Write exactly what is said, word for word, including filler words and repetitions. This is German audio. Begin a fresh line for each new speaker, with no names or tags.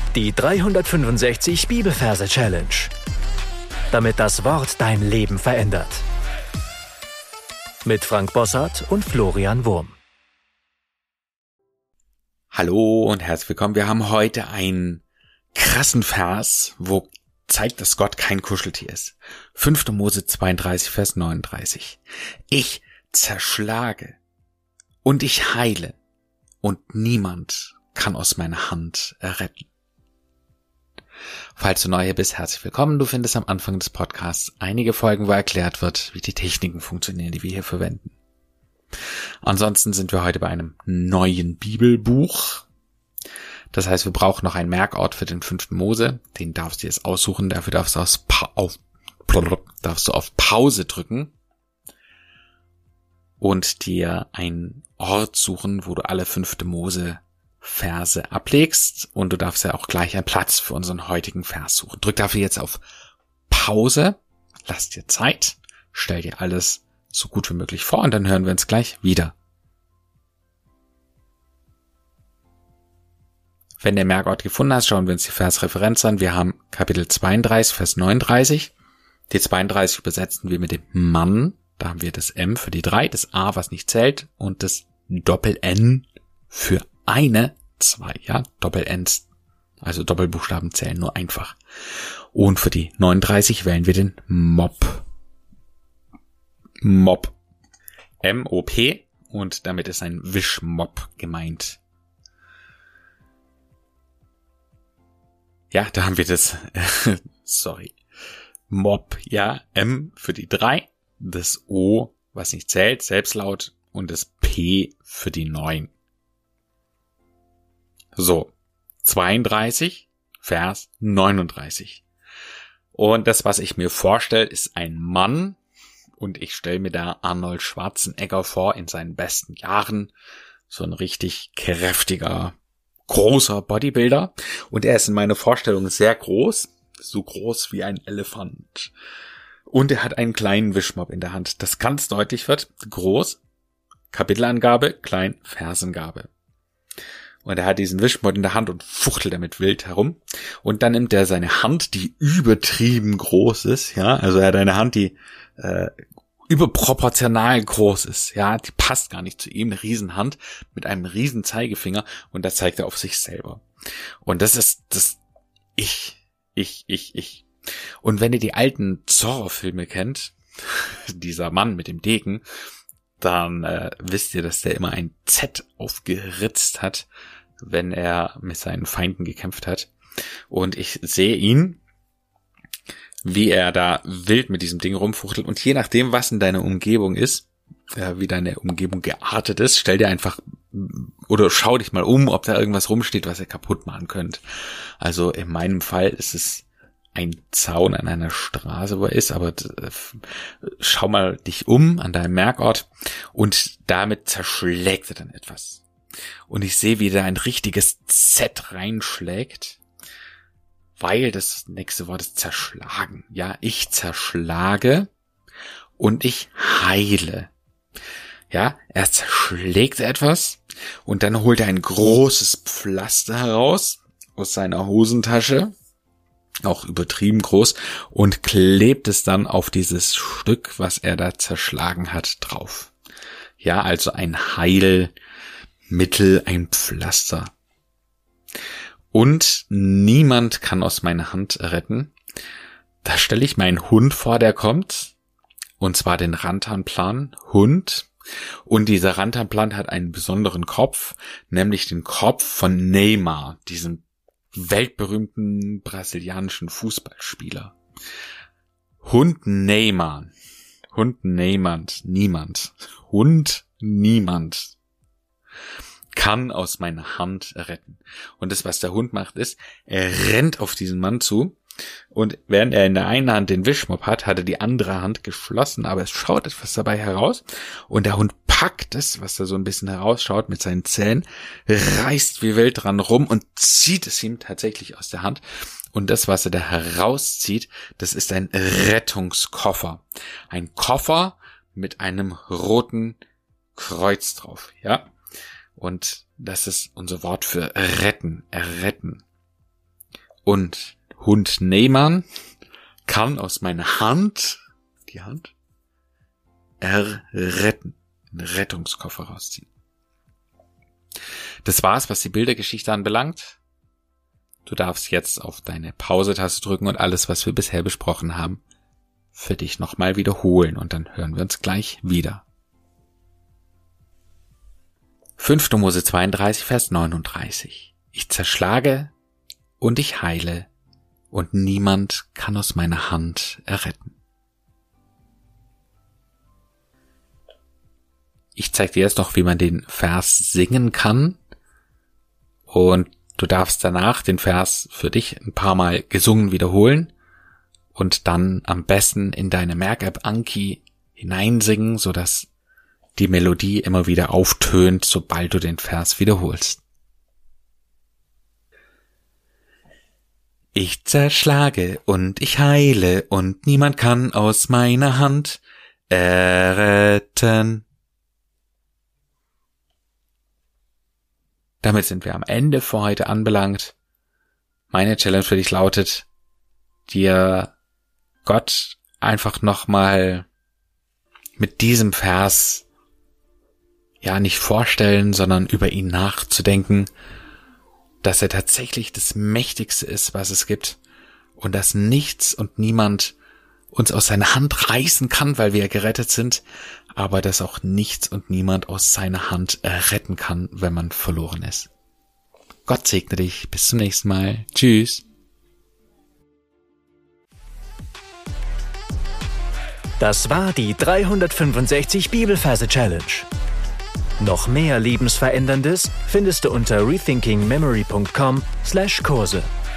Die dreihundertfünfundsechzig Bibelverse Challenge. Damit das Wort dein Leben verändert. Mit Frank Bossart und Florian Wurm.
Hallo und herzlich willkommen. Wir haben heute einen krassen Vers, wo zeigt, dass Gott kein Kuscheltier ist. fünfter Mose zweiunddreißig, Vers neununddreißig. Ich zerschlage und ich heile und niemand kann aus meiner Hand erretten. Falls du neu hier bist, herzlich willkommen. Du findest am Anfang des Podcasts einige Folgen, wo erklärt wird, wie die Techniken funktionieren, die wir hier verwenden. Ansonsten sind wir heute bei einem neuen Bibelbuch. Das heißt, wir brauchen noch einen Merkort für den fünften Mose. Den darfst du jetzt aussuchen. Dafür darfst du, aus pa- auf, darfst du auf Pause drücken und dir einen Ort suchen, wo du alle fünfte Mose Verse ablegst, und du darfst ja auch gleich einen Platz für unseren heutigen Vers suchen. Drück dafür jetzt auf Pause, lass dir Zeit, stell dir alles so gut wie möglich vor und dann hören wir uns gleich wieder. Wenn du den Merkort gefunden hast, schauen wir uns die Versreferenz an. Wir haben Kapitel zweiunddreißig, Vers neununddreißig. Die zweiunddreißig übersetzen wir mit dem Mann. Da haben wir das M für die drei, das A, was nicht zählt, und das Doppel-N für eine, zwei, ja, Doppel-Ns, also Doppelbuchstaben zählen nur einfach. Und für die neununddreißig wählen wir den Mob. Mob. M O P, und damit ist ein Wischmob gemeint. Ja, da haben wir das, sorry, Mob, ja, M für die drei, das O, was nicht zählt, Selbstlaut, und das P für die neun. So, zweiunddreißig, Vers neununddreißig. Und das, was ich mir vorstelle, ist ein Mann, und ich stelle mir da Arnold Schwarzenegger vor in seinen besten Jahren, so ein richtig kräftiger, großer Bodybuilder, und er ist in meiner Vorstellung sehr groß, so groß wie ein Elefant. Und er hat einen kleinen Wischmopp in der Hand, das ganz deutlich wird, groß, Kapitelangabe, klein, Versengabe. Und er hat diesen Wischmopp in der Hand und fuchtelt damit wild herum. Und dann nimmt er seine Hand, die übertrieben groß ist, ja, also er hat eine Hand, die äh, überproportional groß ist, ja, die passt gar nicht zu ihm, eine Riesenhand mit einem riesen Zeigefinger, und das zeigt er auf sich selber. Und das ist das Ich, ich, ich, ich. Und wenn ihr die alten Zorro-Filme kennt, dieser Mann mit dem Degen, dann äh, wisst ihr, dass der immer ein Z aufgeritzt hat, wenn er mit seinen Feinden gekämpft hat. Und ich sehe ihn, wie er da wild mit diesem Ding rumfuchtelt. Und je nachdem, was in deiner Umgebung ist, äh, wie deine Umgebung geartet ist, stell dir einfach oder schau dich mal um, ob da irgendwas rumsteht, was ihr kaputt machen könnt. Also in meinem Fall ist es ein Zaun an einer Straße, wo er ist, aber äh, schau mal dich um an deinem Merkort, und damit zerschlägt er dann etwas. Und ich sehe, wie er ein richtiges Z reinschlägt, weil das nächste Wort ist zerschlagen. Ja, ich zerschlage und ich heile. Ja, er zerschlägt etwas und dann holt er ein großes Pflaster heraus aus seiner Hosentasche, auch übertrieben groß, und klebt es dann auf dieses Stück, was er da zerschlagen hat, drauf. Ja, also ein Heilmittel, ein Pflaster. Und niemand kann aus meiner Hand retten. Da stelle ich meinen Hund vor, der kommt, und zwar den Rantanplan Hund. Und dieser Rantanplan hat einen besonderen Kopf, nämlich den Kopf von Neymar, diesem weltberühmten brasilianischen Fußballspieler. Hund Neymar. Hund niemand, niemand. Hund niemand kann aus meiner Hand retten. Und das, was der Hund macht, ist, er rennt auf diesen Mann zu, und während er in der einen Hand den Wischmopp hat, hat er die andere Hand geschlossen, aber es schaut etwas dabei heraus, und der Hund packt es, was da so ein bisschen herausschaut, mit seinen Zähnen, reißt wie wild dran rum und zieht es ihm tatsächlich aus der Hand. Und das, was er da herauszieht, das ist ein Rettungskoffer. Ein Koffer mit einem roten Kreuz drauf, ja. Und das ist unser Wort für retten, erretten. und Hund Neyman kann aus meiner Hand, die Hand, erretten, einen Rettungskoffer rausziehen. Das war's, was die Bildergeschichte anbelangt. Du darfst jetzt auf deine Pause-Taste drücken und alles, was wir bisher besprochen haben, für dich nochmal wiederholen und dann hören wir uns gleich wieder. fünfter Mose zweiunddreißig, Vers neununddreißig. Ich zerschlage und ich heile und niemand kann aus meiner Hand erretten. Ich zeige dir jetzt noch, wie man den Vers singen kann und du darfst danach den Vers für dich ein paar Mal gesungen wiederholen und dann am besten in deine Merk-App Anki hineinsingen, sodass die Melodie immer wieder auftönt, sobald du den Vers wiederholst. Ich zerschlage und ich heile und niemand kann aus meiner Hand erretten. Damit sind wir am Ende für heute anbelangt. Meine Challenge für dich lautet, dir Gott einfach nochmal mit diesem Vers ja nicht vorstellen, sondern über ihn nachzudenken, dass er tatsächlich das Mächtigste ist, was es gibt und dass nichts und niemand uns aus seiner Hand reißen kann, weil wir gerettet sind, aber dass auch nichts und niemand aus seiner Hand retten kann, wenn man verloren ist. Gott segne dich. Bis zum nächsten Mal. Tschüss.
Das war die dreihundertfünfundsechzig Bibelverse Challenge. Noch mehr Lebensveränderndes findest du unter rethinkingmemory punkt com slash Kurse.